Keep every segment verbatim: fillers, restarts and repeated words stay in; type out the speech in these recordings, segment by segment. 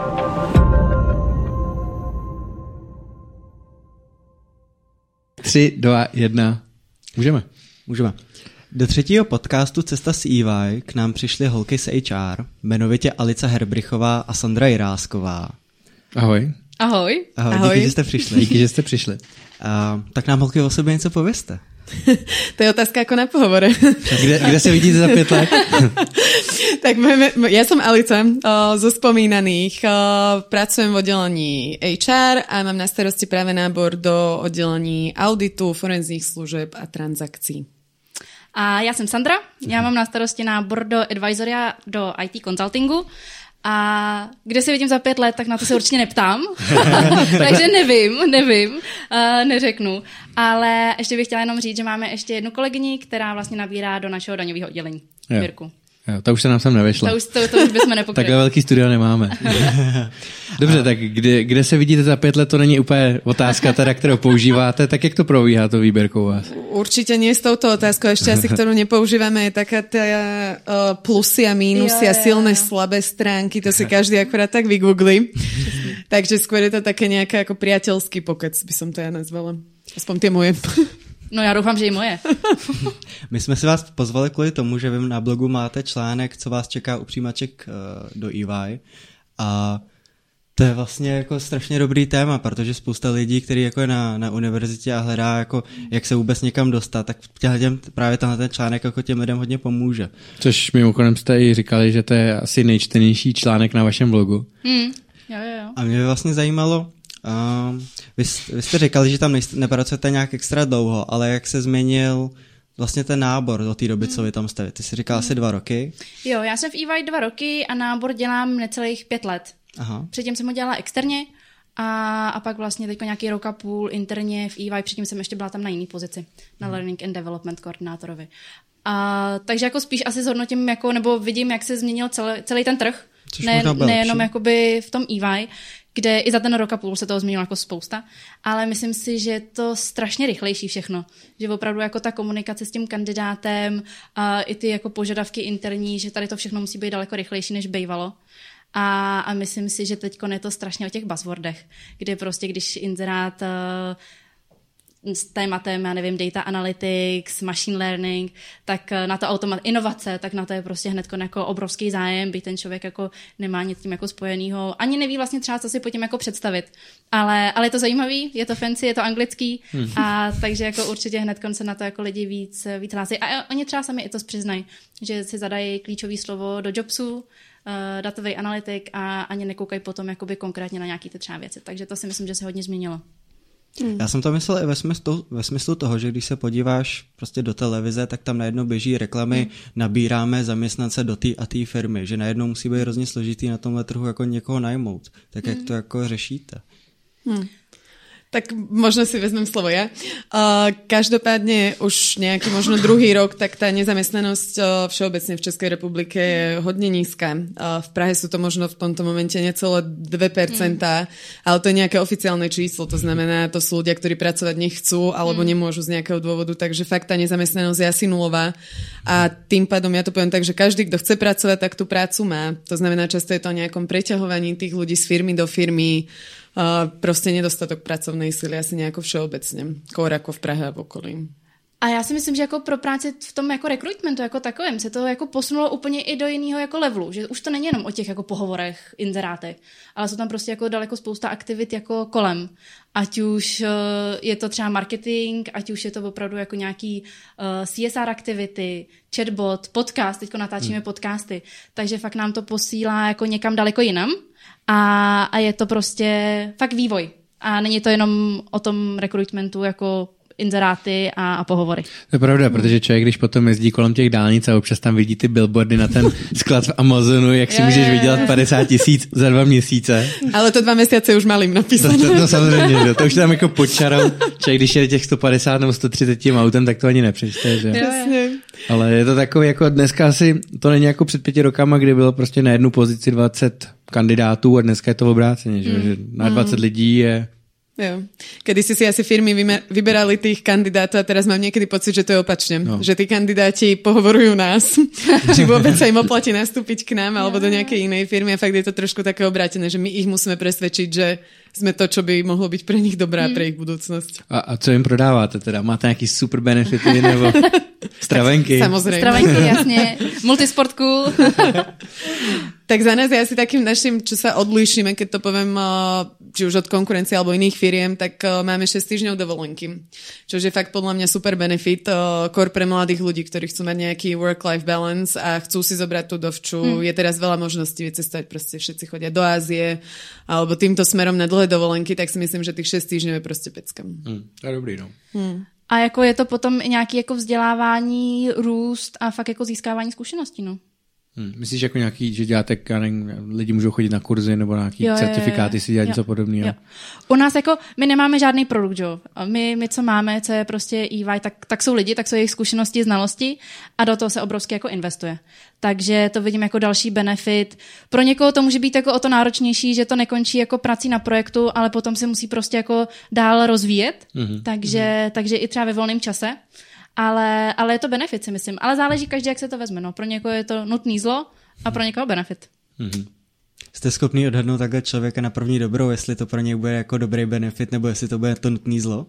Tři, dva, jedna. Můžeme. Můžeme. Do třetího podcastu Cesta s E Y k nám přišly holky z H R, jmenovitě Alica Herbrichová a Sandra Jirásková. Ahoj. Ahoj. Ahoj. Ahoj. Díky, že jste přišli. Díky, že jste přišli. Uh, tak nám holky o sobě něco povězte. To je otázka ako na pohovore. Kde, kde se vidíte za pět let? Tak ja som Alica zo spomínaných. Pracujem v oddelení H R a mám na starosti práve nábor do oddelení auditu, forenzních služeb a transakcí. A já jsem Sandra, já mám na starosti nábor do advisoria, do I T consultingu. A kde se vidím za pět let, tak na to se určitě neptám. Takže nevím, nevím, uh, neřeknu. Ale ještě bych chtěla jenom říct, že máme ještě jednu kolegyni, která vlastně nabírá do našeho daňového oddělení. Jo. Mirku. Jo, to už se nám sem nevešla. To už, to, to už bychom nepokryli. Takhle velký studio nemáme. Dobře, tak kde, kde se vidíte za pět let, to není úplně otázka, teda, kterou používáte, tak jak to probíhá to výběrkou u vás? Určite nie s touto otázkou, ešte asi, ktorú nepoužívame, je taká tá uh, plusy a mínusy jo, a silné, jo. slabé stránky, to si každý akorát tak vygooglí. Takže skôr je to také nejaké ako priateľský pokec, by som to ja nazvala. Aspoň tie moje. No já doufám, že i moje. My jsme si vás pozvali kvůli tomu, že vy na blogu máte článek, co vás čeká u přijímaček uh, do E Y. A to je vlastně jako strašně dobrý téma, protože spousta lidí, který jako je na, na univerzitě a hledá, jako, jak se vůbec někam dostat, tak těm, právě tenhle ten článek jako těm lidem hodně pomůže. Což mimochodem jste i říkali, že to je asi nejčtenější článek na vašem blogu. Hmm. Jo, jo, jo. A mě by vlastně zajímalo, Uh, vy, vy jste říkali, že tam nejste, nepracujete nějak extra dlouho, ale jak se změnil vlastně ten nábor do té doby, co vy tam jste? Ty jsi říkala asi dva roky? Jo, já jsem v E Y dva roky a nábor dělám necelých pět let. Aha. Předtím jsem ho dělala externě a, a pak vlastně teďko nějaký rok a půl interně v E Y, předtím jsem ještě byla tam na jiný pozici, na Learning and Development koordinátorovi. A, takže jako spíš asi zhodnotím, jako, nebo vidím, jak se změnil celý, celý ten trh, ne, nejenom jakoby v tom E Y, kde i za ten rok a půl se toho změnilo jako spousta, ale myslím si, že je to strašně rychlejší všechno, že opravdu jako ta komunikace s tím kandidátem a i ty jako požadavky interní, že tady to všechno musí být daleko rychlejší, než bývalo. A, a myslím si, že teď je to strašně o těch buzzwordech, kde prostě, když inzerát uh, s tématem, já nevím, data analytics, machine learning, tak na to automat, inovace, tak na to je prostě hned jako obrovský zájem, byť ten člověk jako nemá nic tím jako spojenýho, ani neví vlastně třeba, co si po tím jako představit. Ale, ale je to zajímavý, je to fancy, je to anglický, hmm. a takže jako určitě hned se na to jako lidi víc, víc hlásí. A oni třeba sami i to přiznají, že si zadají klíčové slovo do jobsu, uh, datový analytik a ani nekoukají potom jakoby konkrétně na nějaký ty třeba věci. Takže to si myslím, že se hodně změnilo. Hmm. Já jsem to myslel i ve smyslu, ve smyslu toho, že když se podíváš prostě do televize, tak tam najednou běží reklamy, hmm. nabíráme zaměstnance do té a té firmy, že najednou musí být hrozně složitý na tomhle trhu jako někoho najmout. Tak jak hmm. to jako řešíte? Hmm. Tak možno si vezmem slovo ja. Uh, každopádne už nejaký možno druhý rok, tak tá nezamestnanosť uh, všeobecne v Českej republike je hodne nízka. Uh, v Prahe sú to možno v tomto momente necelé dve percentá, mm. ale to je nejaké oficiálne číslo, to znamená, to sú ľudia, ktorí pracovať nechcú alebo mm. nemôžu z nejakého dôvodu, takže fakt tá nezamestnanosť je asi nulová. A tým pádom ja to poviem tak, že každý, kto chce pracovať, tak tú prácu má. To znamená, často je to o nejakom preťahovaní tých ľudí z firmy do firmy, Uh, prostě nedostatok pracovnej síly asi nejako všeobecně, skôr jako v Prahe a v okolí. A já si myslím, že jako pro práci v tom jako rekrutmentu jako takovém se to jako posunulo úplně i do jiného jako levelu, že už to není jenom o těch jako pohovorech, inzerátech, ale jsou tam prostě jako daleko spousta aktivit jako kolem. Ať už uh, je to třeba marketing, ať už je to opravdu jako nějaký uh, C S R aktivity, chatbot, podcast, teďko natáčíme hmm. podcasty, takže fakt nám to posílá jako někam daleko jinam. A, a je to prostě fakt vývoj. A není to jenom o tom rekrutmentu jako inzeráty a, a pohovory. To je pravda, protože člověk, když potom jezdí kolem těch dálnic a občas tam vidí ty billboardy na ten sklad v Amazonu, jak si jo, můžeš vydělat padesát tisíc za dva měsíce. Ale to dva měsíce už malým napísané. To, to, to samozřejmě, to, to už tam jako pod čarou, člověk, když jede těch sto padesát nebo sto třicet tím autem, tak to ani nepřečte. Že? Jasně. Ale je to takový, jako dneska asi, to není jako před pěti rokama, kdy bylo prostě na jednu pozici dvacet kandidátů a dneska je to obráceně, že, mm. že na dvacet mm. lidí je Jo. Kedy si si asi firmy vyberali tých kandidátov a teraz mám niekedy pocit, že to je opačne. No. Že tí kandidáti pohovorujú nás. Či vôbec sa im oplatí nastúpiť k nám alebo do nejakej inej firmy a fakt je to trošku také obrátené, že my ich musíme presvedčiť, že sme to, čo by mohlo byť pre nich dobré a pre ich budúcnosť. A, a co im prodáváte teda? Máte nejaký super benefity nebo stravenky? Samozrejme. Stravenky, jasne. Multisport cool. Tak za nás je asi takým našim, čo sa odlíšime, keď to poviem, či už od konkurencie alebo iných firiem, tak máme šesť týždňov dovolenky. Čo je fakt podľa mňa super benefit, kor pre mladých ľudí, ktorí chcú mať nejaký work-life balance a chcú si zobrať tú dovču. Hmm. Je teraz veľa možností vycestovať, proste všetci chodia do Ázie alebo týmto smerom na dlhé dovolenky, tak si myslím, že tých šesť týždňov je proste pecka. Hmm, to je dobrý, no. Hmm. A jako je to potom i nějaký jako vzdělávání, růst a fakt jako získávání zkušeností, no. Hmm. Myslíš jako nějaký, že děláte, nevím, lidi můžou chodit na kurzy nebo na nějaký jo, certifikáty, jo, jo. si dělat jo. něco podobného? Jo. U nás jako, my nemáme žádný produkt, jo. My, my co máme, co je prostě E Y, tak, tak jsou lidi, tak jsou jejich zkušenosti, znalosti a do toho se obrovsky jako investuje. Takže to vidím jako další benefit. Pro někoho to může být jako o to náročnější, že to nekončí jako prací na projektu, ale potom se musí prostě jako dál rozvíjet. Mm-hmm. Takže, mm-hmm. takže i třeba ve volném čase. Ale, ale je to benefit, si myslím. Ale záleží každý, jak se to vezme. No. Pro někoho je to nutný zlo a pro někoho benefit. Mm-hmm. Jste schopný odhadnout takhle člověka na první dobrou, jestli to pro něj bude jako dobrý benefit, nebo jestli to bude to nutný zlo?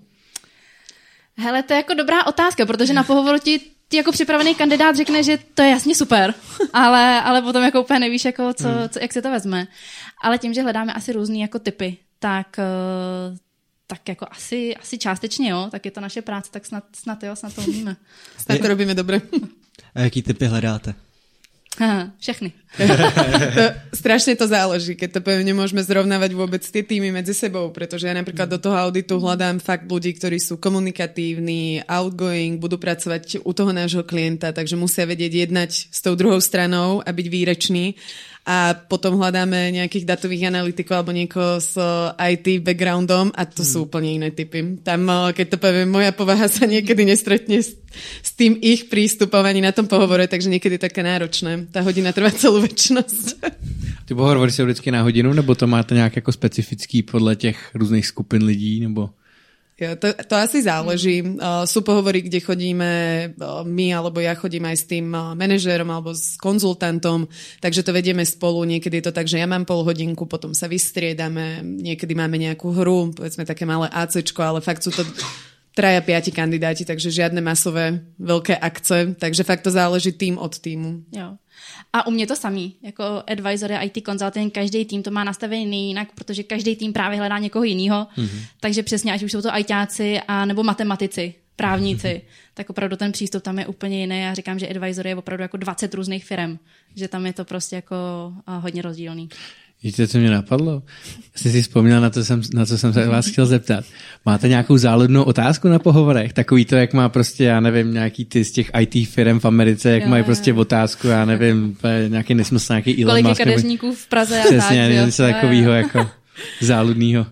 Hele, to je jako dobrá otázka, protože na pohovoru ti, ti jako připravený kandidát řekne, že to je jasně super, ale, ale potom jako úplně nevíš, jako co, mm. co, jak se to vezme. Ale tím, že hledáme asi různý jako typy, tak... Uh, tak jako asi, asi částečně, jo, tak je to naše práce, tak snad, snad jo, snad to umíme. Snad to robíme dobře. A jaký typy hledáte? Aha, všechny. to, strašne to záleží, keď to poviem, nemôžeme zrovnávať vôbec tie týmy medzi sebou, pretože ja napríklad do toho auditu hľadám fakt ľudí, ktorí sú komunikatívni, outgoing, budú pracovať u toho nášho klienta, takže musia vedieť jednať s tou druhou stranou a byť výrečný. A potom hľadáme nejakých datových analytikov alebo niekoho s í té backgroundom a to hmm. sú úplne iné typy. Tam, keď to poviem, moja povaha sa niekedy nestretne s, s tým ich prístupom ani na tom pohovore, takže niekedy je také náročné. Tá hodina trvá celú večnosť. Ty pohovory jsou vždycky na hodinu, nebo to máte nějak jako specifický podle těch různých skupin lidí, nebo... Jo, to, to asi záleží. Uh, sú pohovory, kde chodíme uh, my, alebo ja chodím aj s tým uh, manažérom alebo s konzultantom, takže to vedieme spolu. Niekedy je to tak, že ja mám pol hodinku, potom sa vystriedame, niekedy máme nejakú hru, povedzme také malé ACčko, ale fakt sú to traja, piati kandidáti, takže žiadne masové veľké akce, takže fakt to záleží tým od týmu. Jo. A u mě to samý, jako advisor a í té consulting, každý tým to má nastavený jinak, protože každý tým právě hledá někoho jiného, mm-hmm. takže přesně, ať už jsou to ajťáci a nebo matematici, právníci, mm-hmm. tak opravdu ten přístup tam je úplně jiný. Já říkám, že advisor je opravdu jako dvacet různých firem, že tam je to prostě jako hodně rozdílný. Víte, co mě napadlo? Já jsem si vzpomněl, na, to jsem, na co jsem se vás chtěl zeptat. Máte nějakou záludnou otázku na pohovorech? Takový to, jak má prostě, já nevím, nějaký ty z těch í té firm v Americe, jak jo, mají prostě otázku, já nevím, nějaký nesmysl, nějaký Elon Musk. Kolik je kadeřníků v Praze a přesně, tak. Přesně, něco takového jako záludného.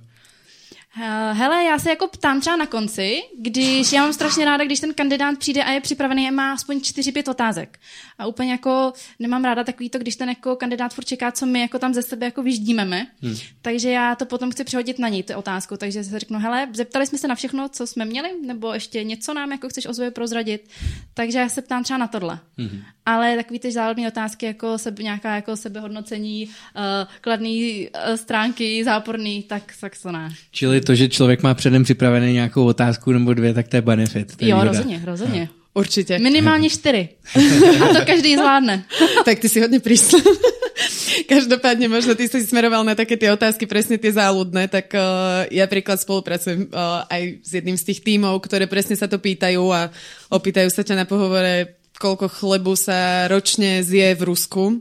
Hele, já se jako ptám třeba na konci, když já mám strašně ráda, když ten kandidát přijde a je připravený a má aspoň čtyři, pět otázek. A úplně jako nemám ráda takový to, když ten jako kandidát furt čeká, co my jako tam ze sebe jako vyždímeme. Hmm. Takže já to potom chci přehodit na něj, tu otázku. Takže se řeknu, hele, zeptali jsme se na všechno, co jsme měli, nebo ještě něco nám jako chceš o sobě prozradit. Takže já se ptám třeba na tohle. Hmm. Ale takový ty záludné otázky, jako sebe, nějaká jako sebehodnocení, uh, kladný uh, stránky, záporný, tak, tak to ne. Čili to, že člověk má předem připravený nějakou otázku nebo dvě, tak to je benefit. To je jo, výhoda. rozhodně, rozhodně. No. Určitě. Minimálně čtyři. A to každý zvládne. Tak ty si hodně prísl. Každopádne možno ty si smeroval na také tie otázky, presne tie záľudné, tak uh, ja príklad spolupracujem uh, aj s jedným z tých tímov, ktoré presne sa to pýtajú a opýtajú sa ťa na pohovore, koľko chlebu sa ročne zje v Rusku.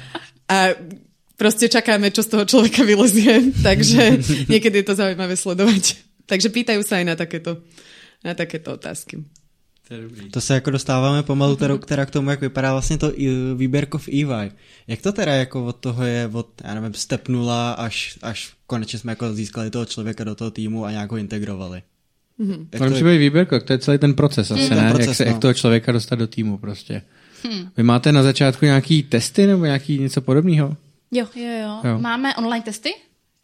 A proste čakáme, čo z toho človeka vylezie, takže niekedy je to zaujímavé sledovať. Takže pýtajú sa aj na takéto, na takéto otázky. To se jako dostáváme pomalu teda k tomu, jak vypadá vlastně to výběrko v E Y. Jak to teda jako od toho je, od, já nevím, step nula až, až konečně jsme jako získali toho člověka do toho týmu a nějak ho integrovali? Mm-hmm. To musí být výběrko, to je celý ten proces asi, ten ne? Proces, jak, se, no. jak toho člověka dostat do týmu prostě. Hmm. Vy máte na začátku nějaký testy nebo nějaký něco podobného? Jo, jo, jo, jo. Máme online testy,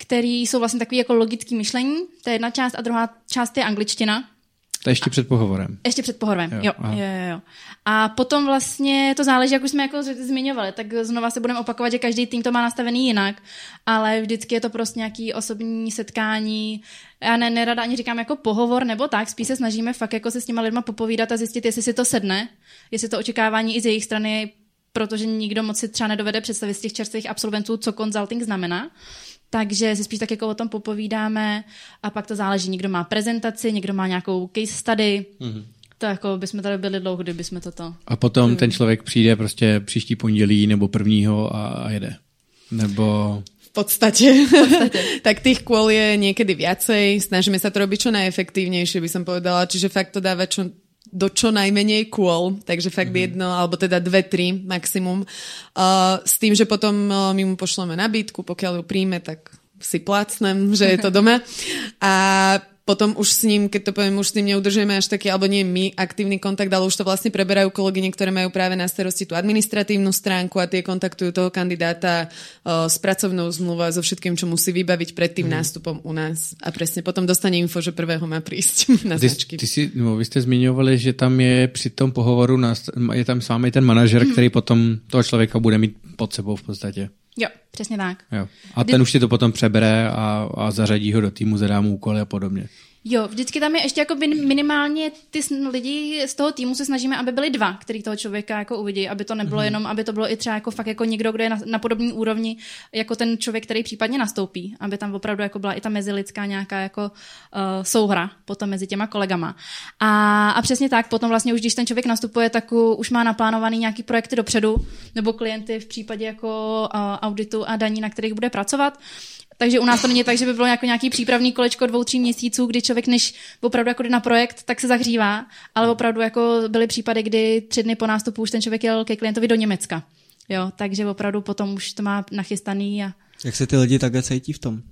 který jsou vlastně takový jako logický myšlení, to je jedna část a druhá část je angličtina. To je ještě před pohovorem. Ještě před pohovorem, jo. Jo, Jo, jo, jo. A potom vlastně to záleží, jak už jsme jako zmiňovali, tak znova se budeme opakovat, že každý tým to má nastavený jinak, ale vždycky je to prostě nějaký osobní setkání. Já ne, nerada ani říkám jako pohovor nebo tak, spíš se snažíme fakt jako se s těma lidma popovídat a zjistit, jestli si to sedne, jestli to očekávání i z jejich strany, protože nikdo moc si třeba nedovede představit z těch čerstvých absolventů, co consulting znamená. Takže si spíš tak jako o tom popovídáme a pak to záleží. Někdo má prezentaci, někdo má nějakou case study. Mm-hmm. To jako bychom tady byli dlouho, kdyby jsme toto... A potom mm. ten člověk přijde prostě příští pondělí nebo prvního a, a jede. Nebo... V podstate. V podstate. Tak tých kôl je niekedy viacej. Snažíme sa to robiť čo najefektívnejšie, by som povedala. Čiže fakt to dáva čo... do čo najmenej kôl, takže fakt mm-hmm. jedno, alebo teda dve, tri maximum. Uh, s tým, že potom uh, my mu pošleme nabídku, pokiaľ ju príjme, tak si plácnem, že je to doma. A potom už s ním, keď to poviem, už s ním neudržujeme až taký, alebo nie my, aktívny kontakt, ale už to vlastne preberajú kolegyne, ktoré majú práve na starosti tú administratívnu stránku a tie kontaktujú toho kandidáta uh, s pracovnou zmluvou a so všetkým, čo musí vybaviť pred tým mm. nástupom u nás. A presne potom dostane info, že prvého má prísť na značky. Ty, ty si, no, vy jste zmiňovali, že tam je při tom pohovoru, je tam s vámi ten manažer, mm. který potom toho člověka bude mít pod sebou v podstatě. Jo, přesně tak. Jo. A ten už si to potom přebere a, a zařadí ho do týmu, zadá mu úkoly a podobně. Jo, vždycky tam je ještě jako minimálně ty lidi z toho týmu se snažíme, aby byli dva, který toho člověka jako uvidí, aby to nebylo mm-hmm. jenom, aby to bylo i třeba jako fakt jako někdo, kdo je na, na podobné úrovni jako ten člověk, který případně nastoupí, aby tam opravdu jako byla i ta mezilidská nějaká jako uh, souhra potom mezi těma kolegama. A, a přesně tak, potom vlastně už když ten člověk nastupuje, tak už má naplánovaný nějaký projekty dopředu, nebo klienty v případě jako uh, auditu a daní, na kterých bude pracovat. Takže u nás to není tak, že by bylo jako nějaký přípravný kolečko dvou, tří měsíců, kdy člověk, než opravdu jako jde na projekt, tak se zahřívá, ale opravdu jako byly případy, kdy tři dny po nástupu už ten člověk jel ke klientovi do Německa. Jo, takže opravdu potom už to má nachystaný. A... Jak se ty lidi takhle cítí v tom?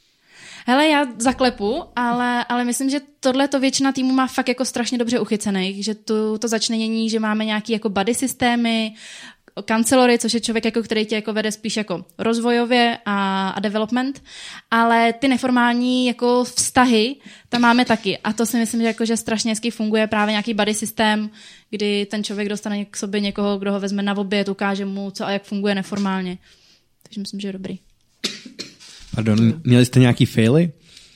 Hele, já zaklepu, ale, ale myslím, že tohle to většina týmu má fakt jako strašně dobře uchycených, že tu, to začlenění, že máme nějaký jako buddy systémy, kancelory, což je člověk, jako, který tě jako vede spíš jako rozvojově a, a development, ale ty neformální jako vztahy tam máme taky a to si myslím, že, jako, že strašně hezky funguje právě nějaký buddy systém, kdy ten člověk dostane k sobě někoho, kdo ho vezme na oběd, ukáže mu, co a jak funguje neformálně. Takže myslím, že je dobrý. Pardon, měli jste nějaký faily?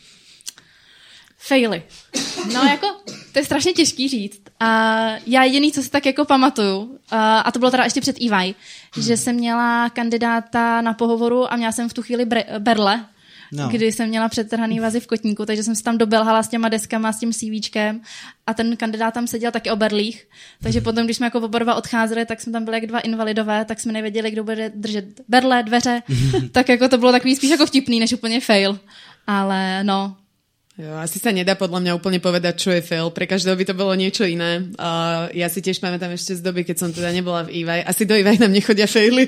Faily. No jako, to je strašně těžký říct. A já jediný, co si tak jako pamatuju, a, a to bylo teda ještě před E Y, hmm. že jsem měla kandidáta na pohovoru a měla jsem v tu chvíli bre, berle, no. kdy jsem měla předtrhaný vazy v kotníku, takže jsem se tam dobelhala s těma deskama, s tím CVčkem a ten kandidát tam seděl taky o berlích, takže potom, když jsme jako oba dva odcházeli, tak jsme tam byli jak dva invalidové, tak jsme nevěděli, kdo bude držet berle, dveře, tak jako to bylo takový spíš jako vtipný, než úplně fail. Ale no, Jo, asi sa nedá podľa mňa úplne povedať, čo je fail. Pre každého by to bolo niečo iné. Uh, ja si tiež pamätám ešte z doby, keď som teda nebola v E Y. Asi do E Y nám nechodia faily.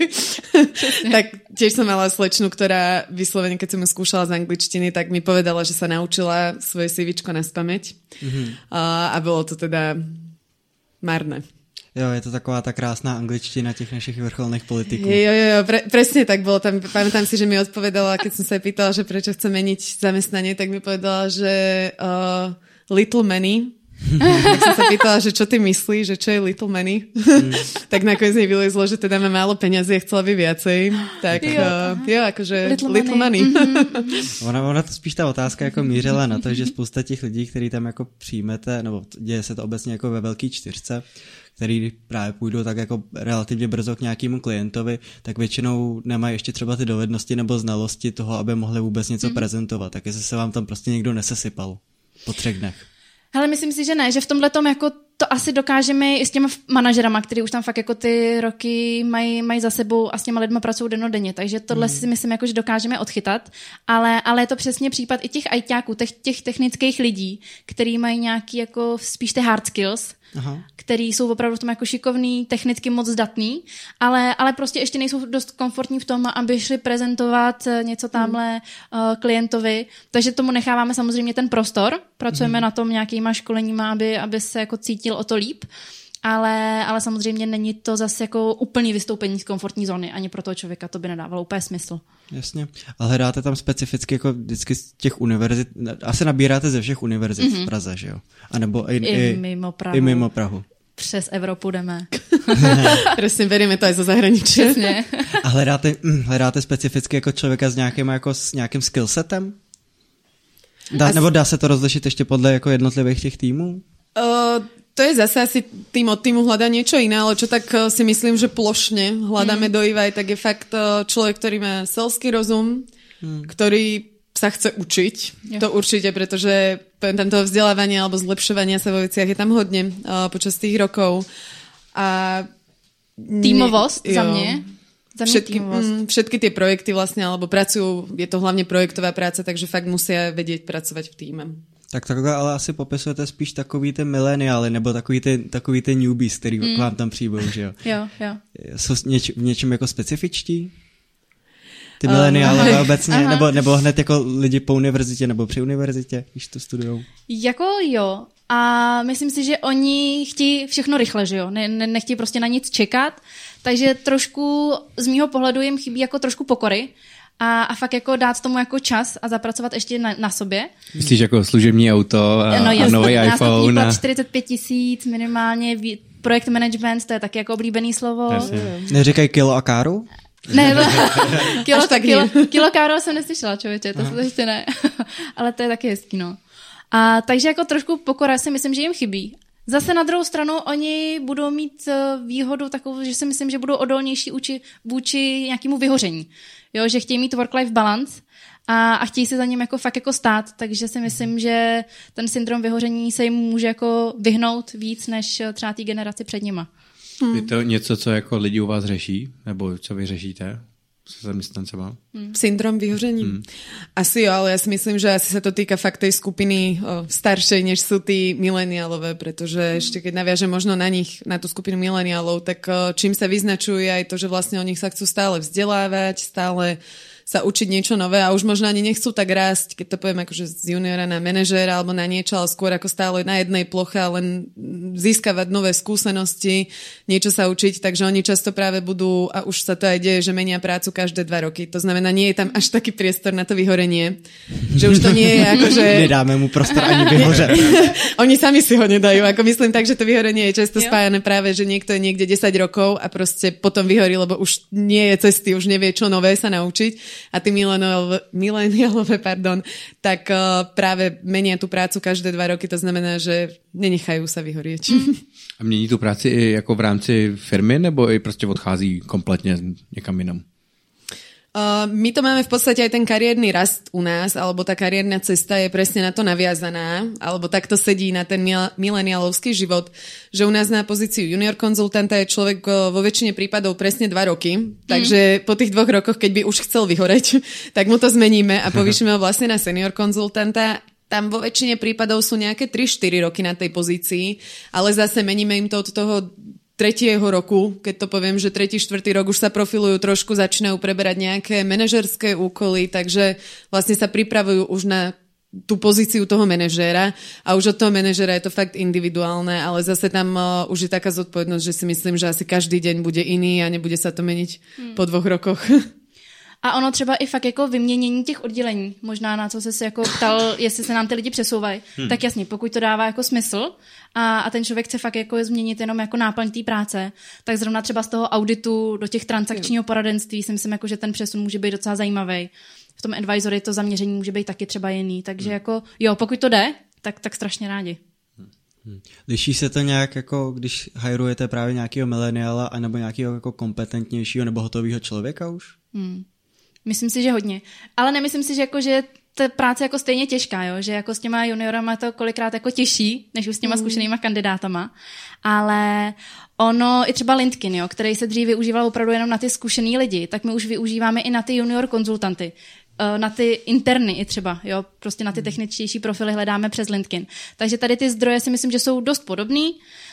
Tak tiež som mala slečnu, ktorá vyslovene, keď som ju skúšala z angličtiny, tak mi povedala, že sa naučila svoje CVčko naspamäť. Mm-hmm. Uh, a bolo to teda marné. Jo, je to taková ta krásná angličtina těch našich vrcholných politiků. Jo, jo, jo, pre, presne tak bolo tam. Pamätám si, že mi odpovedala, keď som sa jej pýtala, že prečo chce meniť zamestnanie, tak mi povedala, že uh, little money. Tak som sa pýtala, že čo ty myslíš, že čo je little money. Mm. Tak nakoniec mi vylezlo, že teda má málo peňazí a chcela by viacej. Tak jo, uh, jo akože little, little money. money. Mm-hmm. ona, ona to spíš ta otázka jako mířila na to, že spousta těch lidí, který tam jako přijmete, nebo děje se to obecně jako ve velký čtyřce, který právě půjdou tak jako relativně brzo k nějakému klientovi, tak většinou nemají ještě třeba ty dovednosti nebo znalosti toho, aby mohli vůbec něco mm. prezentovat. Tak jestli se vám tam prostě někdo nesesypal po třech dnech. Hele, myslím si, že ne, že v tomhletom jako to asi dokážeme i s těma manažerama, který už tam fakt jako ty roky mají, mají za sebou a s těma lidma pracují dennodenně, takže tohle mm. si myslím, jako, že dokážeme odchytat, ale, ale je to přesně případ i těch ajťáků, těch, těch technických lidí, který mají nějaký jako spíš ty hard skills, aha, který jsou opravdu v tom jako šikovný, technicky moc zdatný, ale, ale prostě ještě nejsou dost komfortní v tom, aby šli prezentovat něco tamhle hmm. uh, klientovi, takže tomu necháváme samozřejmě ten prostor, pracujeme hmm. na tom nějakýma školeníma, aby, aby se jako cítil o to líp, ale, ale samozřejmě není to zase jako úplný vystoupení z komfortní zóny, ani pro toho člověka to by nedávalo úplně smysl. Jasně, ale hledáte tam specificky jako vždycky z těch univerzit, asi nabíráte ze všech univerzit mm-hmm. v Praze, že jo? A nebo i, I, i, mimo Prahu. I mimo Prahu. Přes Evropu jdeme. Presne, berieme to aj zo zahraničí. Přesně. A hledáte, hledáte specificky jako člověka s nějakým, jako s nějakým skillsetem? Dá, As... Nebo dá se to rozlišit ještě podle jako jednotlivých těch týmů? Uh, to je zase asi tým od týmu hľadá niečo iné, ale čo tak uh, si myslím, že plošne hľadáme mm. do í vaj, tak je fakt uh, človek, ktorý má selský rozum, mm. ktorý sa chce učiť. Jo. To určite, pretože tam toho vzdelávania alebo zlepšovania sa vo veciach je tam hodne uh, počas tých rokov. A tímovost ne, za mňa. Za mňa všetky, mm, všetky tie projekty vlastne, alebo pracujú, je to hlavne projektová práca, takže fakt musia vedieť pracovať v týme. Tak takhle ale asi popisujete spíš takový ty mileniály, nebo takový ty, takový ty newbies, který mm. k vám tam přijdou, že jo? Jo, jo. Jsou něč, v něčem jako specifičtí? Ty mileniálové uh, obecně? Nebo, nebo hned jako lidi po univerzitě nebo při univerzitě, když to studujou? Jako jo. A myslím si, že oni chtějí všechno rychle, že jo? Ne, ne, nechtějí prostě na nic čekat, takže trošku z mýho pohledu jim chybí jako trošku pokory a, a fakt jako dát tomu jako čas a zapracovat ještě na, na sobě. Myslíš jako služební auto a, no, a nový iPhone? A... čtyřicet pět tisíc minimálně, projekt management, to je taky jako oblíbený slovo. Neříkají kilo a káru? Ne, kilo, tak kilo, kilo káru jsem neslyšela, člověče, to se to ještě ne. Ale to je taky hezký, no. A takže jako trošku pokora si myslím, že jim chybí. Zase na druhou stranu oni budou mít výhodu takovou, že si myslím, že budou odolnější vůči, vůči nějakému vyhoření. Jo, že chtějí mít work-life balance a, a chtějí se za ním jako fakt jako stát, takže si myslím, že ten syndrom vyhoření se jim může jako vyhnout víc než třeba té generaci před nima. Hmm. Je to něco, co jako lidi u vás řeší? Nebo co vy řešíte se zaměstnancema? Hmm. Syndrom vyhoření? Hmm. Asi jo, ale ja si myslím, že asi sa to týka fakt tej skupiny o, staršej, než sú tí mileniálové, pretože hmm. ešte keď naviažem možno na nich, na tú skupinu mileniálov, tak o, čím sa vyznačuje aj to, že vlastne o nich sa chcú stále vzdelávať, stále sa učiť niečo nové a už možno ani nechcú tak rásť, keď to poviem akože z juniora na manažéra alebo na niečo, ale skôr ako stále na jednej ploche a len získavať nové skúsenosti, niečo sa učiť, takže oni často práve budú, a už sa to aj deje, že menia prácu každé dva roky. To znamená, nie je tam až taký priestor na to vyhorenie, že už to nie je akože... Nedáme mu prostor ani vyhořet. Oni sami si ho nedajú, ako myslím tak, že to vyhorenie je často spájané práve, že niekto je niekde desať rokov a proste potom vyhorí, lebo už nie je cesty, už nevie, čo nové sa naučiť. A tí mileniálové, pardon, tak uh, práve menia tú prácu každé dva roky, to znamená, že nenechajú sa vyhorieť. Mm. A mění tu práci i jako v rámci firmy, nebo i prostě odchází kompletně někam jinam? Uh, my to máme v podstate aj ten kariérny rast u nás, alebo tá kariérna cesta je presne na to naviazaná, alebo takto sedí na ten mileniálovský život, že u nás na pozíciu junior konzultanta je človek vo väčšine prípadov presne dva roky, takže mm. po tých dvoch rokoch, keď by už chcel vyhoreť, tak mu to zmeníme a povýšime ho vlastne na senior konzultanta. Tam vo väčšine prípadov sú nejaké tri štyri roky na tej pozícii, ale zase meníme im to od toho tretieho roku, keď to poviem, že tretí, štvrtý rok už sa profilujú trošku, začínajú preberať nejaké manažerské úkoly, takže vlastne sa pripravujú už na tú pozíciu toho manažéra a už od toho manažéra je to fakt individuálne, ale zase tam uh, už je taká zodpovednosť, že si myslím, že asi každý deň bude iný a nebude sa to meniť hmm. po dvoch rokoch. A ono třeba i fakt jako vyměnění těch oddělení, možná na co se si jako ptal, jestli se nám ty lidi přesouvají, hmm. tak jasně, pokud to dává jako smysl a, a ten člověk chce fakt jako změnit jenom jako náplň té práce, tak zrovna třeba z toho auditu do těch transakčního poradenství si myslím, jako, že ten přesun může být docela zajímavý. V tom advisory to zaměření může být taky třeba jiný, takže hmm. jako jo, pokud to jde, tak, tak strašně rádi. Hmm. Liší se to nějak, jako když hajrujete právě nějakého mileniála anebo nějakého jako kompetentnějšího nebo hotového člověka už? Hmm. Myslím si, že hodně. Ale nemyslím si, že, jako, že ta práce jako stejně těžká, jo? Že jako s těma juniorama to kolikrát jako těžší, než už s těma mm. zkušenýma kandidátama. Ale ono, i třeba LinkedIn, jo, který se dřív využíval opravdu jenom na ty zkušený lidi, tak my už využíváme i na ty junior konzultanty. Na ty interny i třeba, jo, prostě na ty techničtější profily hledáme přes LinkedIn. Takže tady ty zdroje si myslím, že jsou dost podobný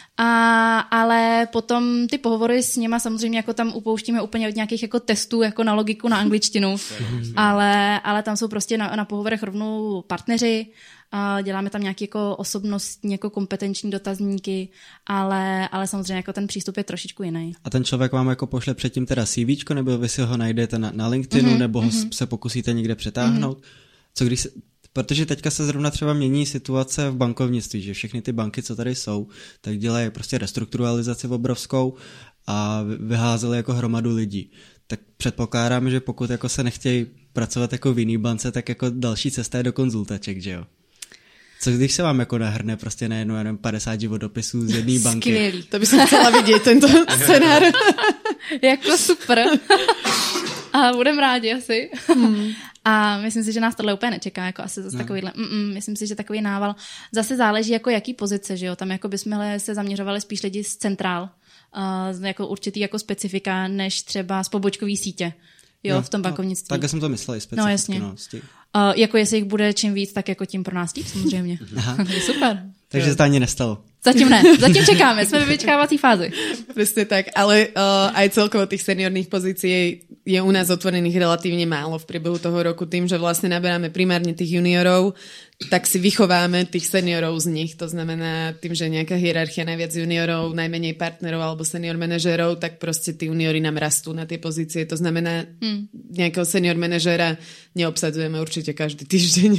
A, ale potom ty pohovory s něma samozřejmě jako tam upouštíme úplně od nějakých jako testů jako na logiku, na angličtinu, ale, ale tam jsou prostě na, na pohovorech rovnou partneři, a děláme tam nějaké jako osobnostní, jako kompetenční dotazníky, ale, ale samozřejmě jako ten přístup je trošičku jiný. A ten člověk vám jako pošle předtím teda CVčko, nebo vy si ho najdete na, na LinkedInu, mm-hmm, nebo ho mm-hmm. se pokusíte někde přetáhnout? Mm-hmm. Co když se, protože teďka se zrovna třeba mění situace v bankovnictví, že všechny ty banky, co tady jsou, tak dělají prostě restrukturalizaci obrovskou a vyházeli jako hromadu lidí. Tak předpokládám, že pokud jako se nechtějí pracovat jako v jiný bance, tak jako další cesta je do konzultaček, že jo? Co když se vám jako nahrne prostě najednou jenom padesát životopisů z jedné banky? Skvělý. To by jsem chtěla vidět, tento scénář. Jako super. A budem rádi asi. Hmm. A myslím si, že nás tohle úplně nečeká, jako asi zase no. takovýhle. Mm-mm, myslím si, že takový nával. Zase záleží jako jaký pozice, že jo. Tam jako bychom se zaměřovali spíš lidi z centrál, uh, jako určitý jako specifika, než třeba z pobočkový sítě. Jo, no, v tom bankovnictví. No, tak jsem to myslel, specificky. No jasně. No, uh, jako jestli jich bude čím víc, tak jako tím pro nás líp, samozřejmě. Super. Takže se to ani nestalo. Zatím ne, zatím čekáme, jsme ve vyčkávací fázi. Presne tak, ale uh, aj celkovo tých seniorných pozícií je u nás otvorených relatívne málo v priebehu toho roku tým, že vlastne naberáme primárne tých juniorov, tak si vychováme tých seniorov z nich. To znamená tým, že nejaká hierarchia najviac juniorov, najmenej partnerov alebo senior manažérov, tak proste tí juniori nám rastú na tie pozície. To znamená, hmm. nejakého senior manažéra neobsadzujeme určite každý týždeň.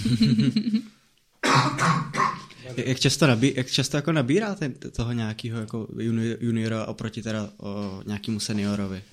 Jak často, nabí, jak často jako nabíráte toho nějakého jako juniora oproti teda o nějakému seniorovi?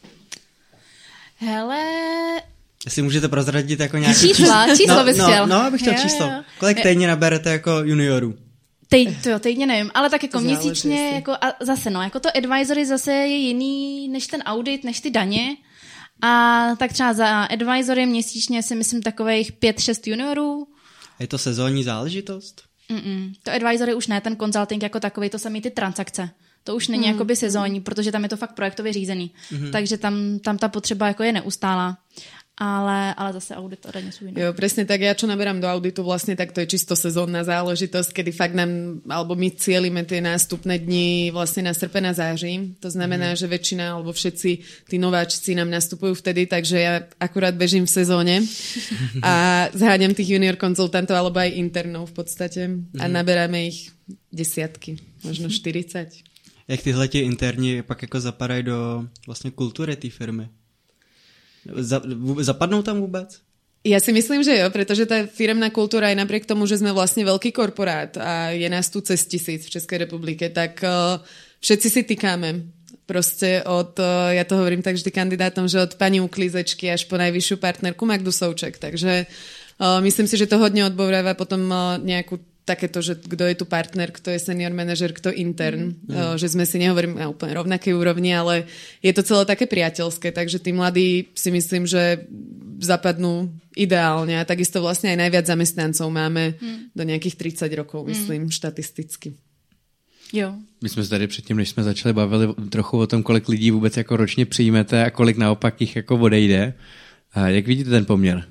Hele... Jestli můžete prozradit jako nějaké... Čísla, číslo no, bys no, chtěl. No, abych chtěl jo, číslo. Jo. Kolik týdně naberete jako juniorů? Tej, to jo, týdně nevím, ale tak jako měsíčně, jako, a zase no, jako to advisory zase je jiný než ten audit, než ty daně. A tak třeba za advisory měsíčně si myslím takových pět šest juniorů. Je to sezónní záležitost? Mm-mm. To advisory už ne, ten consulting jako takový, to samý ty transakce. To už není mm. jakoby sezónní, protože tam je to fakt projektově řízený. Mm-hmm. Takže tam, tam ta potřeba jako je neustálá. Ale, ale zase audit a daně sú iné. Jo, presne tak. Ja čo naberám do auditu vlastne, tak to je čisto sezónna záležitosť, kedy fakt nám, alebo my cielime tie nástupné dni vlastne na srpen a září. To znamená, mm. že väčšina, alebo všetci tí nováčci nám nastupujú vtedy, takže ja akurát bežím v sezóne a zháňam tých junior konzultantov, alebo aj internov v podstate a mm. naberáme ich desiatky, možno štyridsať. Jak tyhle ti interni pak jako zapadají do vlastně kultury té firmy? Zapadnou tam vůbec? Ja si myslím, že jo, pretože tá firemná kultúra aj napriek tomu, že sme vlastne veľký korporát a je nás tu cez tisíc v Českej republike, tak uh, všetci si tykáme. Proste od, uh, ja to hovorím tak vždy kandidátom, že od pani uklízečky až po najvyššiu partnerku Magdu Souček. Takže uh, myslím si, že to hodne odbouráva potom uh, nejakú takéto, že kto je tu partner, kto je senior manažer, kto intern. Mm. Že sme si nehovorím na úplne rovnakej úrovni, ale je to celé také priateľské, takže tí mladí si myslím, že zapadnú ideálne a takisto vlastne aj najviac zamestnancov máme mm. do nejakých tridsať rokov, myslím, mm. štatisticky. Jo. My jsme se tady předtím, než jsme začali bavili trochu o tom, kolik lidí vůbec jako ročně přijmete a kolik naopak jich jako odejde. A jak vidíte ten poměr?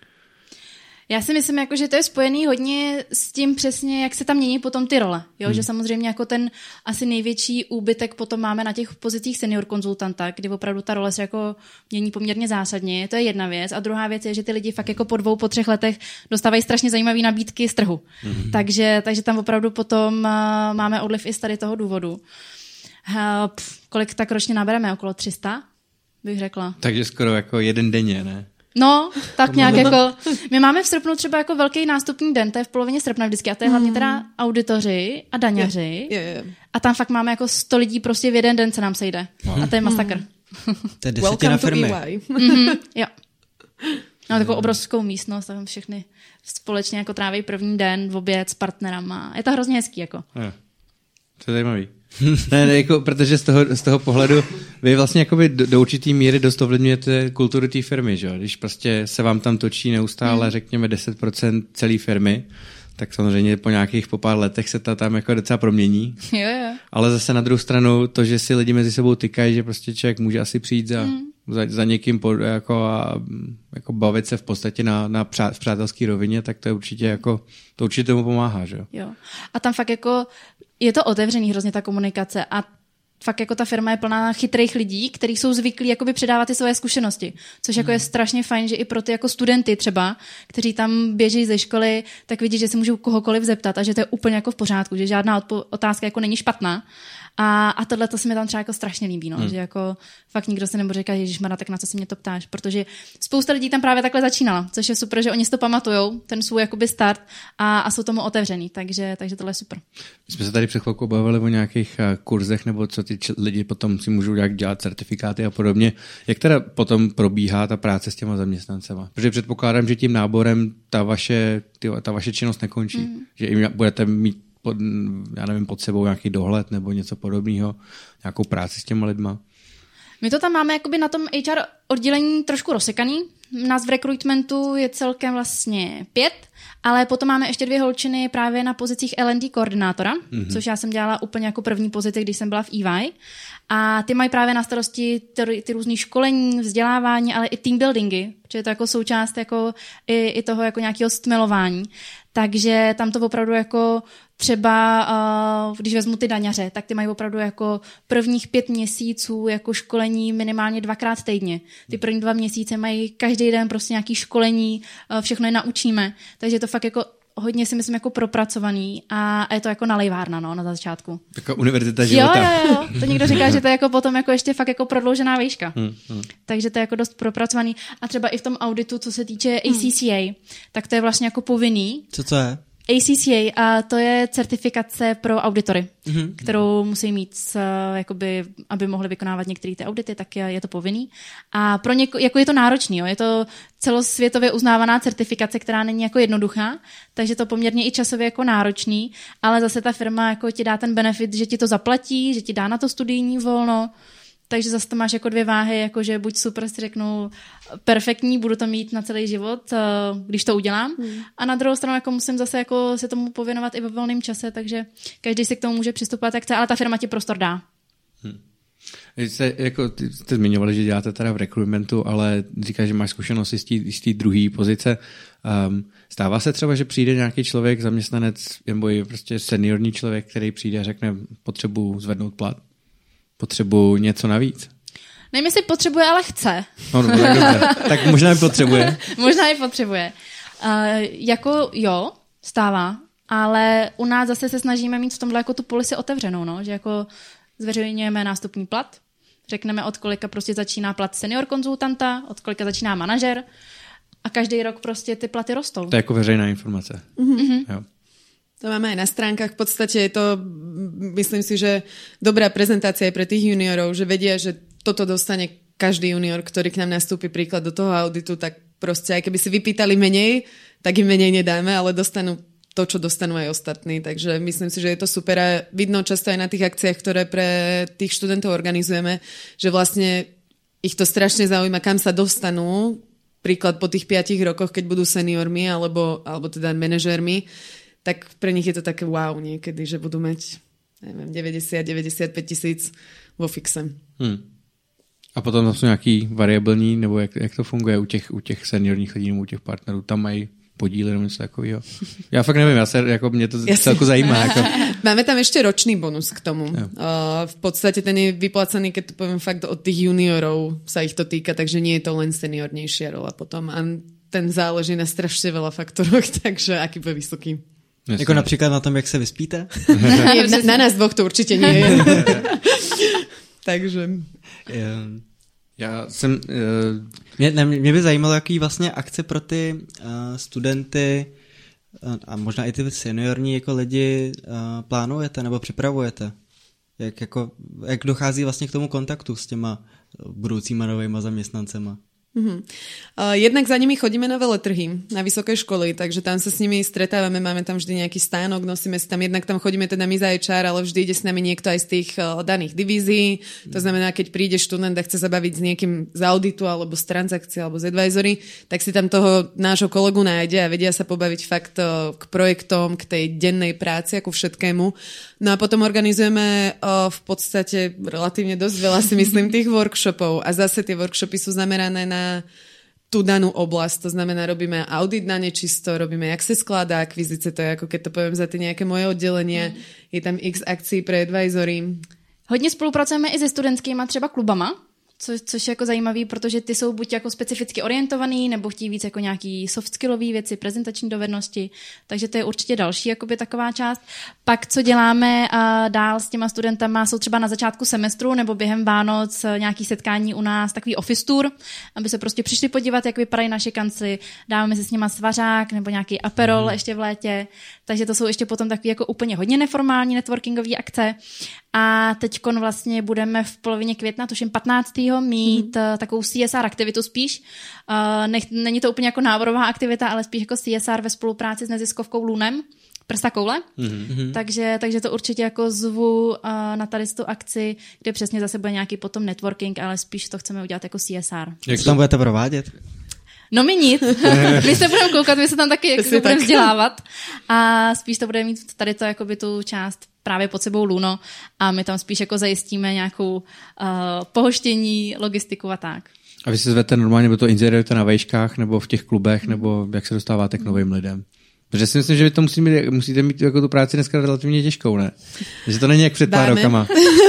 Já si myslím, jako, že to je spojený hodně s tím přesně, jak se tam mění potom ty role. Jo? Hmm. Že samozřejmě jako ten asi největší úbytek potom máme na těch pozicích senior konzultanta, kdy opravdu ta role se jako mění poměrně zásadně. To je jedna věc. A druhá věc je, že ty lidi fakt jako po dvou, po třech letech dostávají strašně zajímavé nabídky z trhu. Hmm. Takže, takže tam opravdu potom uh, máme odliv i z tady toho důvodu. Uh, pff, kolik tak ročně nabereme? Okolo tři sta, bych řekla. Takže skoro jako jeden denně, ne? No, tak nějak jako, my máme v srpnu třeba jako velký nástupní den, to je v polovině srpna vždycky a to je hlavně teda auditoři a daňaři je, je, je. A tam fakt máme jako sto lidí prostě v jeden den se nám sejde a to je masakr. To je desetina firmy. Mm-hmm, jo. No, takovou obrovskou místnost, tam všechny společně jako tráví první den v oběd s partnerama. Je to hrozně hezký jako. Je. To je zajímavý. ne, ne, jako, protože z toho, z toho pohledu vy vlastně jakoby do, do určitý míry dost ovlivňujete kulturu té firmy, že? Když prostě se vám tam točí neustále, mm. řekněme deset procent celé firmy, tak samozřejmě po nějakých po pár letech se ta tam jako docela promění. Jo, jo. Ale zase na druhou stranu to, že si lidi mezi sebou tykají, že prostě člověk může asi přijít za, mm. za, za někým po, jako, a, jako bavit se v podstatě na, na přá, v přátelské rovině, tak to je určitě jako, to určitě tomu pomáhá, že jo. Jo. A tam fakt jako je to otevřený hrozně ta komunikace a fakt jako ta firma je plná chytrých lidí, kteří jsou zvyklí jakoby předávat ty své zkušenosti, což jako je strašně fajn, že i pro ty jako studenty třeba, kteří tam běží ze školy, tak vidí, že si můžou kohokoliv zeptat a že to je úplně jako v pořádku, že žádná odpo- otázka jako není špatná. A, a tohle to se mi tam třeba jako strašně líbí, no, hmm. že jako fakt nikdo se nebude říkat, ježišmarja, tak na co si mě to ptáš, protože spousta lidí tam právě takhle začínala, což je super, že oni si to pamatujou, ten svůj jakoby start a, a jsou tomu otevřený, takže, takže tohle je super. My jsme se tady před chvilkou bavili o nějakých kurzech, nebo co ty lidi potom si můžou jak dělat certifikáty a podobně. Jak teda potom probíhá ta práce s těma zaměstnancema? Protože předpokládám, že tím náborem ta vaše, ty, ta vaše činnost nekončí, hmm. že jim budete mít pod, já nevím, pod sebou nějaký dohled nebo něco podobného, nějakou práci s těma lidma. My to tam máme jakoby na tom H R oddělení trošku rozsekaný. Nás v recruitmentu je celkem vlastně pět, ale potom máme ještě dvě holčiny právě na pozicích L and D koordinátora, mm-hmm. což já jsem dělala úplně jako první pozici, když jsem byla v E Y. A ty mají právě na starosti ty, ty různý školení, vzdělávání, ale i team buildingy, protože je to jako součást jako i, i toho jako nějakého stmelování. Takže tam to opravdu jako třeba, uh, když vezmu ty daňaře, tak ty mají opravdu jako prvních pět měsíců jako školení minimálně dvakrát týdně. Ty první dva měsíce mají každý den prostě nějaký školení, uh, všechno je naučíme. Takže je to fakt jako hodně si myslím jako propracovaný a, a je to jako nalejvárna, no, na začátku. Taková univerzita života. Jo, jo, jo. To někdo říká, že to je jako potom jako ještě fakt jako prodloužená výška. Hmm, hmm. Takže to je jako dost propracovaný. A třeba i v tom auditu, co se týče A C C A, hmm. tak to je vlastně jako povinný. Co to je? A C C A, a to je certifikace pro auditory, mm-hmm. kterou musí mít, jakoby, aby mohli vykonávat některé ty audity, tak je, je to povinný. A pro něko, jako je to náročný, jo? Je to celosvětově uznávaná certifikace, která není jako jednoduchá, takže to poměrně i časově jako náročný, ale zase ta firma jako ti dá ten benefit, že ti to zaplatí, že ti dá na to studijní volno. Takže zase to máš jako dvě váhy, jakože buď super si řeknu perfektní, budu to mít na celý život, když to udělám. Hmm. A na druhou stranu jako musím zase jako se tomu pověnovat i ve volném čase, takže každý si k tomu může přistupovat jak chce, ale ta firma ti prostor dá. Hmm. Jste, jako, ty jste zmiňovali, že děláte teda v recruitmentu, ale říkáš, že máš zkušenosti z té druhé pozice. Um, stává se třeba, že přijde nějaký člověk, zaměstnanec, nebo je prostě seniorní člověk, který přijde a řekne, potřebuji zvednout plat? Potřebuji něco navíc? Nevím, jestli potřebuje, ale chce. No, no tak dobře. Tak možná i potřebuje. Možná i potřebuje. Uh, jako jo, stává, ale u nás zase se snažíme mít v tomhle jako tu policy otevřenou, no? Že jako zveřejňujeme nástupní plat, řekneme, od kolika prostě začíná plat senior konzultanta, od kolika začíná manažer a každý rok prostě ty platy rostou. To je jako veřejná informace. Mm-hmm. Jo. To máme aj na stránkach. V podstate je to, myslím si, že dobrá prezentácia aj pre tých juniorov, že vedia, že toto dostane každý junior, ktorý k nám nastúpi príklad do toho auditu, tak proste aj keby si vypýtali menej, tak im menej nedáme, ale dostanú to, čo dostanú aj ostatní. Takže myslím si, že je to super a vidno často aj na tých akciách, ktoré pre tých študentov organizujeme, že vlastne ich to strašne zaujíma, kam sa dostanú, príklad po tých piatich rokoch, keď budú seniormi alebo, alebo teda manažérmi, tak pre nich je to také wow niekedy, že budú mať neviem, deväťdesiat až deväťdesiatpäť tisíc vo fixe. Hmm. A potom jsou nějaký variabilní, nebo jak, jak to funguje u těch, u těch seniorních lidí, u těch partnerů? Tam mají podíly nebo něco takového? Já fakt nevím, já se, jako, mě to celku zajímá. Jako. Máme tam ešte ročný bonus k tomu. Uh, v podstate ten je vyplacený, keď to poviem fakt od tých juniorov sa ich to týka, takže nie je to len seniornejšia rola potom. A ten záleží na strašne veľa faktoroch, takže aký bude vysoký. Jasně. Jako například na tom, jak se vyspíte? na, na nás dvoch to určitě nie je. Takže... Já jsem... Uh... Mě, ne, mě by zajímalo, jaký vlastně akce pro ty uh, studenty uh, a možná i ty seniorní jako lidi uh, plánujete nebo připravujete? Jak, jako, jak dochází vlastně k tomu kontaktu s těma budoucíma novejma zaměstnancema? Uh-huh. Uh, jednak za nimi chodíme na veletrhy, na vysoké školy, takže tam sa s nimi stretávame, máme tam vždy nejaký stánok, nosíme si tam, jednak tam chodíme teda my za há er, ale vždy ide s nami niekto aj z tých uh, daných divízií, to znamená, keď príde študent a chce sa baviť s niekým z auditu alebo z transakcie alebo z advisory, tak si tam toho nášho kolegu nájde a vedia sa pobaviť fakt uh, k projektom, k tej dennej práci, ako všetkému. No a potom organizujeme uh, v podstate relatívne dosť veľa, si myslím, tých workshopov a zase tie workshopy sú zamerané na tú danú oblasť. To znamená, robíme audit na nečisto, robíme, jak sa skladá akvizice, to je ako keď to poviem za ty nejaké moje oddelenie, mm. je tam x akcí pre advisory. Hodně spolupracujeme i se studentskýma třeba klubama, Co, což je jako zajímavý, protože ty jsou buď jako specificky orientovaný, nebo chtějí víc jako nějaký soft skillový věci, prezentační dovednosti, takže to je určitě další jakoby taková část. Pak, co děláme uh, dál s těma studentama, jsou třeba na začátku semestru nebo během Vánoc nějaký setkání u nás, takový office tour, aby se prostě přišli podívat, jak vypadají naše kancly, dáváme si s nima svařák nebo nějaký aperol mm. ještě v létě, takže to jsou ještě potom takový jako úplně hodně neformální networkingové akce. A teďkon vlastně budeme v polovině května, tuším patnáctého mít mm. takovou C S R aktivitu spíš. Uh, nech, není to úplně jako náborová aktivita, ale spíš jako C S R ve spolupráci s neziskovkou Lunem, Prsta koule. Mm. Takže, takže to určitě jako zvu uh, na tady tu akci, kde přesně zase bude nějaký potom networking, ale spíš to chceme udělat jako C S R. Jak to tam budete provádět? No my nic. My se budeme koukat, my se tam taky jako budeme vzdělávat a spíš to bude mít tady to jakoby tu část právě pod sebou Luno a my tam spíš jako zajistíme nějakou uh, pohoštění, logistiku a tak. A vy se zvete normálně, nebo to inzerujete na vejškách, nebo v těch klubech, nebo jak se dostáváte k novým lidem? Protože si myslím, že vy to musí mít, musíte mít jako tu práci dneska relativně těžkou, ne? Že to není jak před pár rokama.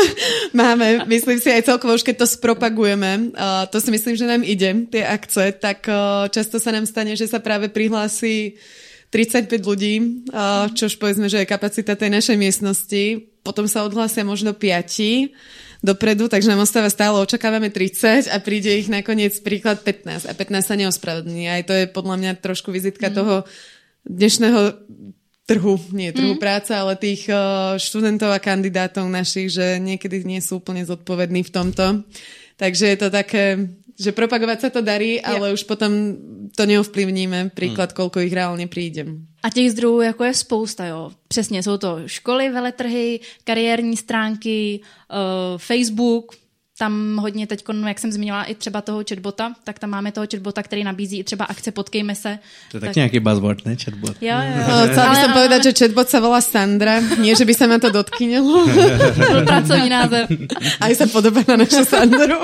Máme, myslím si aj celkovo, už keď to spropagujeme, uh, to si myslím, že nám ide, tie akce, tak uh, často sa nám stane, že sa práve prihlási tridsaťpäť ľudí, uh, čož povedzme, že je kapacita tej našej miestnosti, potom sa odhlásia možno piati dopredu, takže nám ostáva stále, očakávame tridsať a príde ich nakoniec príklad pätnásť a pätnásť sa neospravedlní. Aj to je podľa mňa trošku vizitka mm. toho dnešného trhu, nie trhu mm. práce, ale tých uh, študentov a kandidátov našich, že niekedy nie sú úplne zodpovední v tomto. Takže je to také, že propagovať sa to darí, ale yeah. už potom to neovplyvníme, príklad, mm. koľko ich reálne príde. A těch zdrojů jako je spousta, jo. Přesně, jsou to školy, veletrhy, kariérní stránky, uh, Facebook, tam hodně teď, jak jsem zmínila, i třeba toho chatbota, tak tam máme toho chatbota, který nabízí i třeba akce Potkejme se. To je tak, tak nějaký buzzword, ne? Chatbot. Jo, jo. No, chcela by som povedať, že chatbot sa volá Sandra. Nie, že by sa ma to dotkynilo. Byl pracovní název. Aj sa podobá na našu Sandru.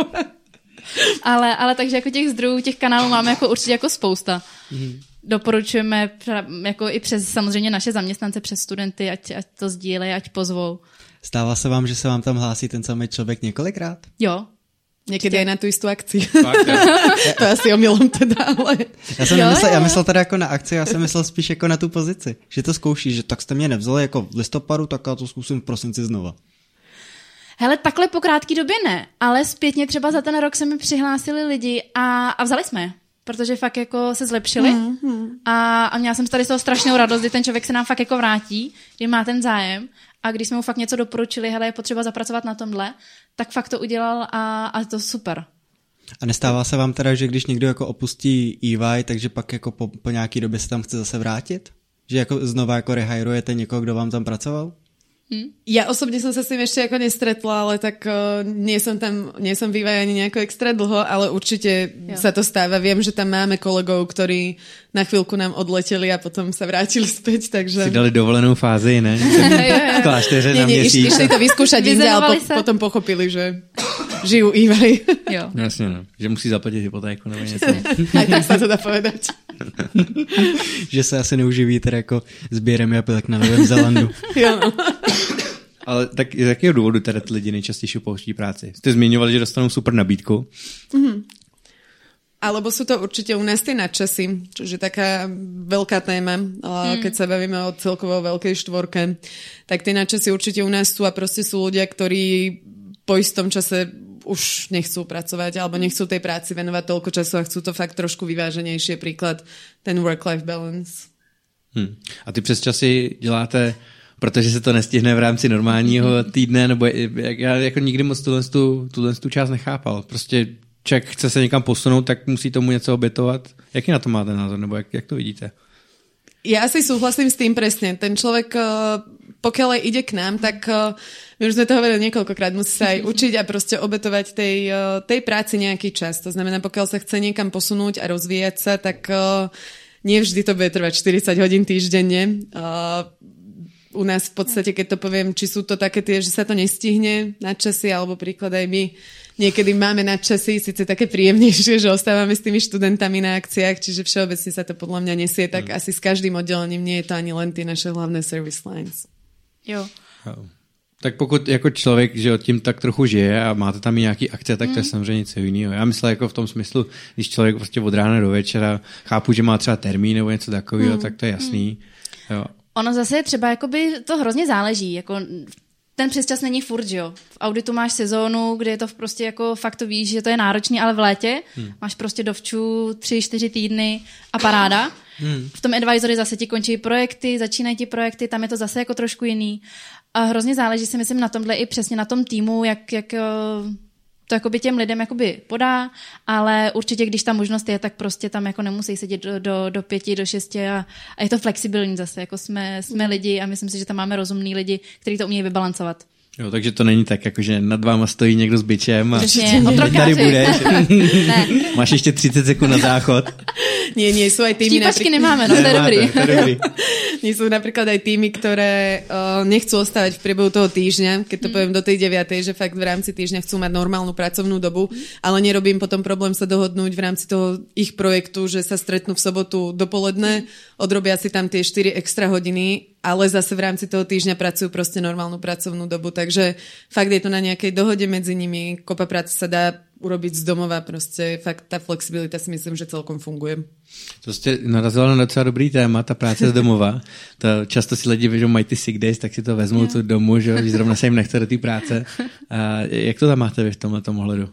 ale, ale takže jako těch zdrojů, těch kanálů máme jako určitě jako spousta. Mm. Doporučujeme jako i přes samozřejmě naše zaměstnance, přes studenty, ať, ať to sdílejí, ať pozvou. Stává se vám, že se vám tam hlásí ten samý člověk několikrát? Jo. Někdy je na tu jistou akci. Fakt, to je asi omylom teda, ale... Já jsem jo, nemyslel, jo. já myslel teda jako na akci, já jsem myslel spíš jako na tu pozici. Že to zkoušíš, že tak jste mě nevzali jako v listopadu, tak já to zkusím v prosinci znova. Hele, takhle po krátké době ne, ale zpětně třeba za ten rok se mi přihlásili lidi a, a vzali jsme je. Protože fakt jako se zlepšili mm, mm. A, a měla jsem tady z toho strašnou radost, kdy ten člověk se nám fakt jako vrátí, kdy má ten zájem a když jsme mu fakt něco doporučili, hele, je potřeba zapracovat na tomhle, tak fakt to udělal a, a to super. A nestává se vám teda, že když někdo jako opustí E Y, takže pak jako po, po nějaký době se tam chce zase vrátit? Že jako znova jako rehirujete někoho, kdo vám tam pracoval? Hmm. Ja osobne som sa s tým ešte ako nestretla, ale tak uh, nie som tam, nie som v E Y ani nejako extra dlho, ale určite jo. sa to stáva. Viem, že tam máme kolegov, ktorí na chvíľku nám odleteli a potom sa vrátili späť, takže... Si dali dovolenou fázi, ne? V klášteře na nie, měsíc. Išli to vyskúšať inde, ale po, potom pochopili, že žijú E Y. Jo. Jasne, no. Že musí zaplatit hypotéku nebo něco. Aj tak sa to dá povedať. Že se asi neuživí teda jako sběrem jablek na Novém Zélandu. Jo, no. Ale tak z jakého důvodu teda ty lidi nejčastěji opouští práci? Jste zmiňovali, že dostanou super nabídku. Mm-hmm. Alebo sú to určite u nás tie nadčasy, čo je taká veľká téma, mm. keď sa bavíme o celkovo veľkej štvorke. Tak tie nadčasy určite u nás sú a proste sú ľudia, ktorí po istom čase už nechcú pracovať alebo nechcú tej práci venovať toľko času a chcú to fakt trošku vyváženejšie. Príklad ten work-life balance. Hmm. A ty přes časy děláte, protože se to nestihne v rámci normálního týdne, nebo jak, já jako nikdy moc tuhle, tu, tuhle tu část nechápal. Prostě člověk chce se někam posunout, tak musí tomu něco obětovat. Jaký na to máte názor, nebo jak, jak to vidíte? Ja asi súhlasím s tým presne. Ten človek, pokiaľ ide k nám, tak my už sme to hovorili niekoľkokrát, musí sa aj učiť a proste obetovať tej, tej práci nejaký čas. To znamená, pokiaľ sa chce niekam posunúť a rozvíjať sa, tak nie vždy to bude trvať štyridsať hodín týždenne. U nás v podstate, keď to poviem, či sú to také tie, že sa to nestihne na časy, alebo príklad aj my niekedy máme nadčasy, síce také príjemnejšie, že ostávame s tými študentami na akciách, čiže všeobecne sa to podľa mňa nesie, tak mm. asi s každým oddelením nie je to ani len ty naše hlavné service lines. Jo. Tak pokud jako člověk, že tím tak trochu žije a máte tam i nějaký akce, tak mm. to je samozřejmě něco jiného. Já myslím jako v tom smyslu, když člověk prostě od rána do večera, chápu, že má třeba termín nebo něco takového, mm. tak to je jasný. Mm. Jo. Ono zase je třeba, jakoby to hrozně záleží, jako ten přesčas není furt, jo. V auditu máš sezónu, kde je to prostě jako fakt to víš, že to je náročný, ale v létě hmm. máš prostě dovču tři, čtyři týdny a paráda. Hmm. V tom advisory zase ti končí projekty, začínají ti projekty, tam je to zase jako trošku jiný. A hrozně záleží si myslím na tomhle i přesně na tom týmu, jak, jak to jakoby těm lidem jakoby podá, ale určitě, když ta možnost je, tak prostě tam jako nemusí sedět do, do, do pěti, do šesti a, a je to flexibilní zase, jako jsme, jsme lidi a myslím si, že tam máme rozumný lidi, kteří to umějí vybalancovat. Jo, takže to není tak, jako, že nad váma stojí někdo s bičem a Přesně, tady budeš. Ne. Máš ještě třicet sekund na záchod. Nie, nie, sú aj týmy... Štípačky napríklad... nemáme, no to je dobrý. To, to je dobrý. Nie sú napríklad aj týmy, ktoré uh, nechcú ostávať v priebehu toho týždňa, keď to mm. poviem do tej deviatej, že fakt v rámci týždňa chcú mať normálnu pracovnú dobu, mm. ale nerobím potom problém sa dohodnúť v rámci toho ich projektu, že sa stretnú v sobotu dopoledne, odrobia si tam tie štyri extra hodiny, ale zase v rámci toho týždňa pracujú proste normálnu pracovnú dobu, takže fakt je to na nejakej dohode medzi nimi, kopa práce sa dá urobiť z domova, prostě fakt ta flexibilita si myslím, že celkom funguje. To jste narazila na docela dobrý téma, ta práce z domova. To často si lidi, že mají ty sick days, tak si to vezmou yeah. tu domů, že zrovna se jim nechce do té práce. A jak to tam máte vy v tomhletom ohledu?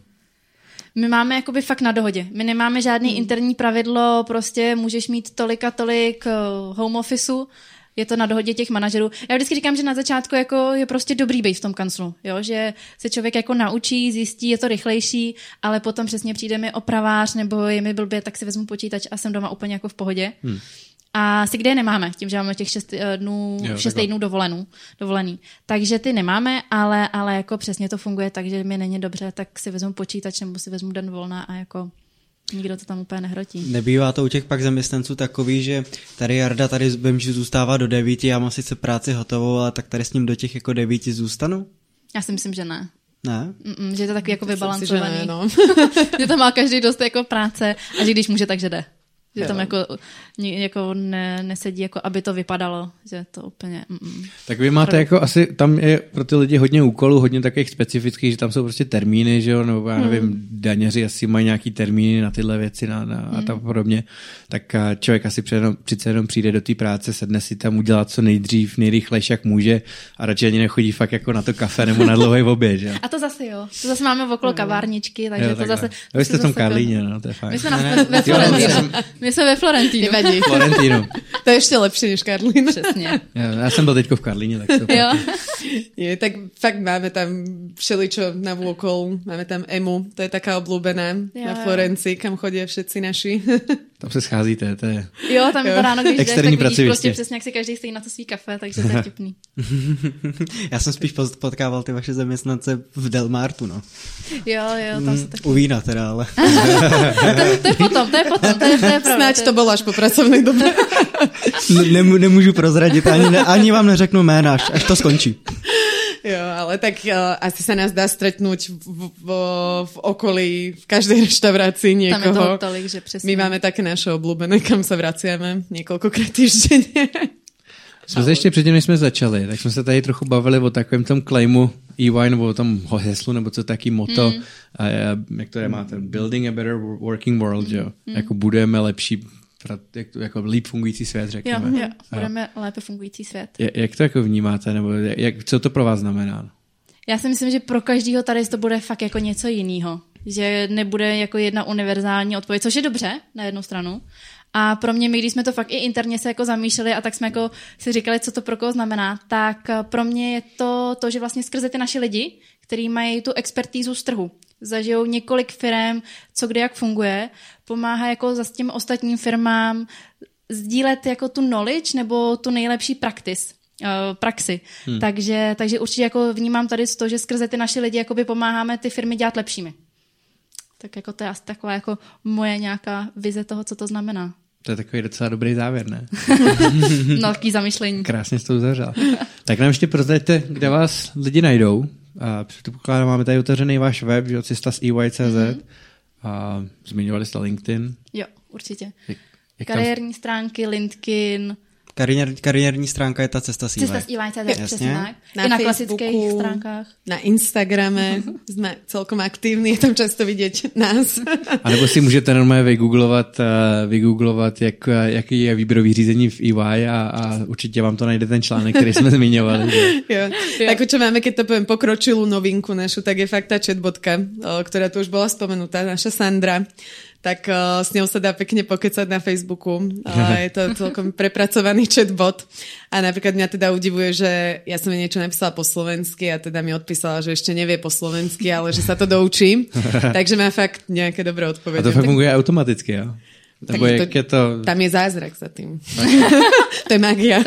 My máme jakoby fakt na dohodě. My nemáme žádný hmm. interní pravidlo, prostě můžeš mít tolik a tolik home officeu, je to na dohodě těch manažerů. Já vždycky říkám, že na začátku jako je prostě dobrý být v tom kanclu, jo? Že se člověk jako naučí, zjistí, je to rychlejší, ale potom přesně přijde mi opravář nebo je mi blbě, tak si vezmu počítač a jsem doma úplně jako v pohodě. Hmm. A si kde je nemáme, tím, že máme těch šest dnů, jo, šest týdnů dovolenou, dovolený. Takže ty nemáme, ale, ale jako přesně to funguje tak, že mi není dobře, tak si vezmu počítač nebo si vezmu den volna a jako nikdo to tam úplně nehrotí. Nebývá to u těch pak zaměstnanců takový, že tady Jarda tady vím, že zůstává do devíti, já mám sice práci hotovou, ale tak tady s ním do těch jako devíti zůstanu? Já si myslím, že ne. Ne? Mm-mm, že je to takový jako vybalancovaný. Si, že, ne, no. Že tam má každý dost jako práce a že když může, takže jde. Že tam jako, jako ne, nesedí, jako aby to vypadalo, že to úplně... Mm, tak vy máte jako asi, tam je pro ty lidi hodně úkolů, hodně takových specifických, že tam jsou prostě termíny, že jo, nebo já nevím, hmm. daněři asi mají nějaký termíny na tyhle věci na, na, hmm. a tak podobně, tak člověk asi přece jenom přijde do té práce, sedne si tam udělat co nejdřív, nejrychlejší jak může a radši ani nechodí fakt jako na to kafe nebo na dlouhý oběd, že jo. A to zase jo, to zase máme okolo kavárničky, takže jo, to zase... Vy jste v tom Karlíně, no, to je fajn. My jsme na, ve Florentínu. My jsme ve Florentínu. Nevadí. Florentínu. To je ještě lepší než Karlín. Přesně. Já, já jsem byl teďko v Karlíně, tak to jo. Je, tak fakt máme tam všeličo na vôkol, máme tam Emu, to je taká oblúbená jo, na Florencii, kam chodí všetci naši. Tam se scházíte, to je... Jo, tam je to ráno, když jdeš, tak vidíš pracoviště. prostě přesně, jak si každý stojí na to svý kafe, takže to je vtipný. Já jsem spíš potkával ty vaše zaměstnance v Delmartu, no. Jo, jo, tam se taky... U vína teda, ale... to, to je potom, to je potom, to je, to je pravda. Snáď to bylo až po pracovnej době. Nemů, nemůžu prozradit, ani, ne, ani vám neřeknu jména, až, až to skončí. Jo, ale tak uh, asi sa nás dá stretnúť v, v, v okolí, v každej reštaurácii niekoho. Tam je toho tolik, že přesně. My máme také naše obľúbené, kam sa vraciame niekoľkokrát týždenne. Jsme se ještě předtím, než jsme začali, tak jsme se tady trochu bavili o takovém tom claimu E Y, nebo o tom heslu, nebo co taký moto, mm. a, jak to je máte, building a better working world, mm. jo, mm. jako budeme lepší, jako líp fungující svět, řekněme. Jo, jo, budeme jo. lépe fungující svět. Je, jak to jako vnímáte, nebo jak, co to pro vás znamená? Já si myslím, že pro každýho tady to bude fakt jako něco jiného. Že nebude jako jedna univerzální odpověď, což je dobře na jednu stranu. A pro mě, my když jsme to fakt i interně se jako zamýšleli a tak jsme jako si říkali, co to pro koho znamená, tak pro mě je to to, že vlastně skrze ty naši lidi, kteří mají tu expertízu z trhu, zažijou několik firem, co kde jak funguje, pomáhá jako za s těm ostatním firmám sdílet jako tu knowledge nebo tu nejlepší practice. praxi. Hmm. Takže, takže určitě jako vnímám tady to, že skrze ty naše lidi jakoby pomáháme ty firmy dělat lepšími. Tak jako to je asi taková jako moje nějaká vize toho, co to znamená. To je takový docela dobrý závěr, ne? No, taký zamyšlení. Krásně jsi to uzavřel. Tak nám ještě prozraďte, kde vás lidi najdou, A předpokládám, máme tady otevřený váš web, že cesta z E Y tečka cé zet. Mm-hmm. A zmiňovali jste LinkedIn. Jo, určitě. Jak, jak Kariérní tam... stránky, LinkedIn. Kariér, kariérní stránka je ta cesta z E Y. Cesta z E Y tečka cé zet, přesně tak. Na I na Facebooku, klasických stránkách. Na Instagrame jsme celkom aktivní, je tam často vidět nás. A nebo si můžete normálně vygooglovat, vygooglovat jak, jaký je výběrový řízení v E Y a, a určitě vám to najde ten článek, který jsme zmiňovali. Že? Jo. Tak čo máme, keď to poviem, pokročilú novinku našu, tak je fakt tá chatbotka, ktorá tu už bola spomenutá, naša Sandra. Tak uh, s ňou sa dá pekne pokecať na Facebooku. Uh, je to celkom prepracovaný chatbot. A napríklad mňa teda udivuje, že ja som jej niečo napísala po slovensky a teda mi odpísala, že ešte nevie po slovensky, ale že sa to doučí. Takže má fakt nejaké dobré odpovede. A to fakt funguje automaticky, jo? Nebo to, jak je to... Tam je zázrak za tým. To je magia.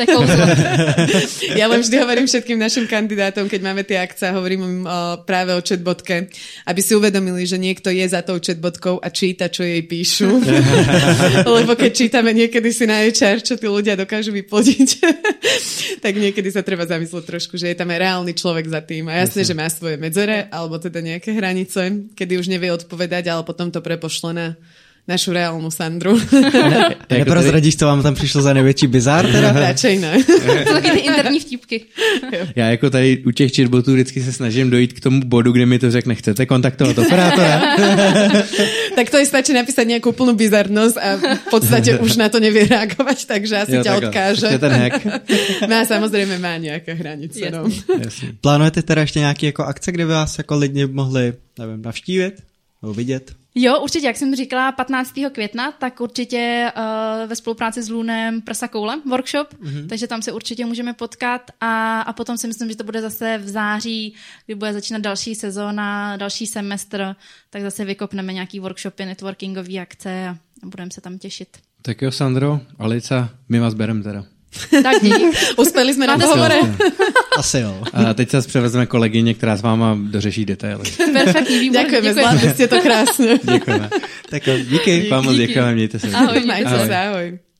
Ja len vždy hovorím všetkým našim kandidátom, keď máme tie akcie, hovorím im o, práve o chatbotke, aby si uvedomili, že niekto je za tou chatbotkou a číta, čo jej píšu. Lebo keď čítame niekedy si na há er, čo tí ľudia dokážu vyplodiť, tak niekedy sa treba zamyslieť trošku, že je tam aj reálny človek za tým. A jasne, že má svoje medzere, alebo teda nejaké hranice, kedy už nevie odpovedať, ale potom to prepošle na našu reálnu Sandru. Ne, neprozradíš, co vám tam přišlo za největší bizár teda? Radšej ne. To taky ty interní vtípky. Já jako tady u těch chatbotů vždycky se snažím dojít k tomu bodu, kde mi to řekne, chcete kontaktovat operátora? Tak to je stačí napísať nejakú úplnú bizarnosť a v podstate už na to nevie reagovať, takže asi jo, ťa odkáže. Má samozrejme má nejaké hranice. No. Plánujete teda ještě nějaký jako akce, kde by vás jako lidi mohli, nevím, navštívit nebo vidět? Jo, určitě, jak jsem říkala, patnáctého května, tak určitě uh, ve spolupráci s Lunem Prsa koule workshop, mm-hmm. takže tam se určitě můžeme potkat a, a potom si myslím, že to bude zase v září, kdy bude začínat další sezóna, další semestr, tak zase vykopneme nějaký workshopy, networkingové akce a, a budeme se tam těšit. Tak jo, Sandro, Alica, my vás bereme teda. Tak díky. Uspěli jsme na pohovore. Asi jo. A teď se převezme kolegyně, která s váma dořeší detaily. Perfektní, výborný. Děkujeme, zvládli jste to krásně. Děkujeme. Tak díky. Vám moc děkujeme, mějte se. Ahoj, majte se, ahoj.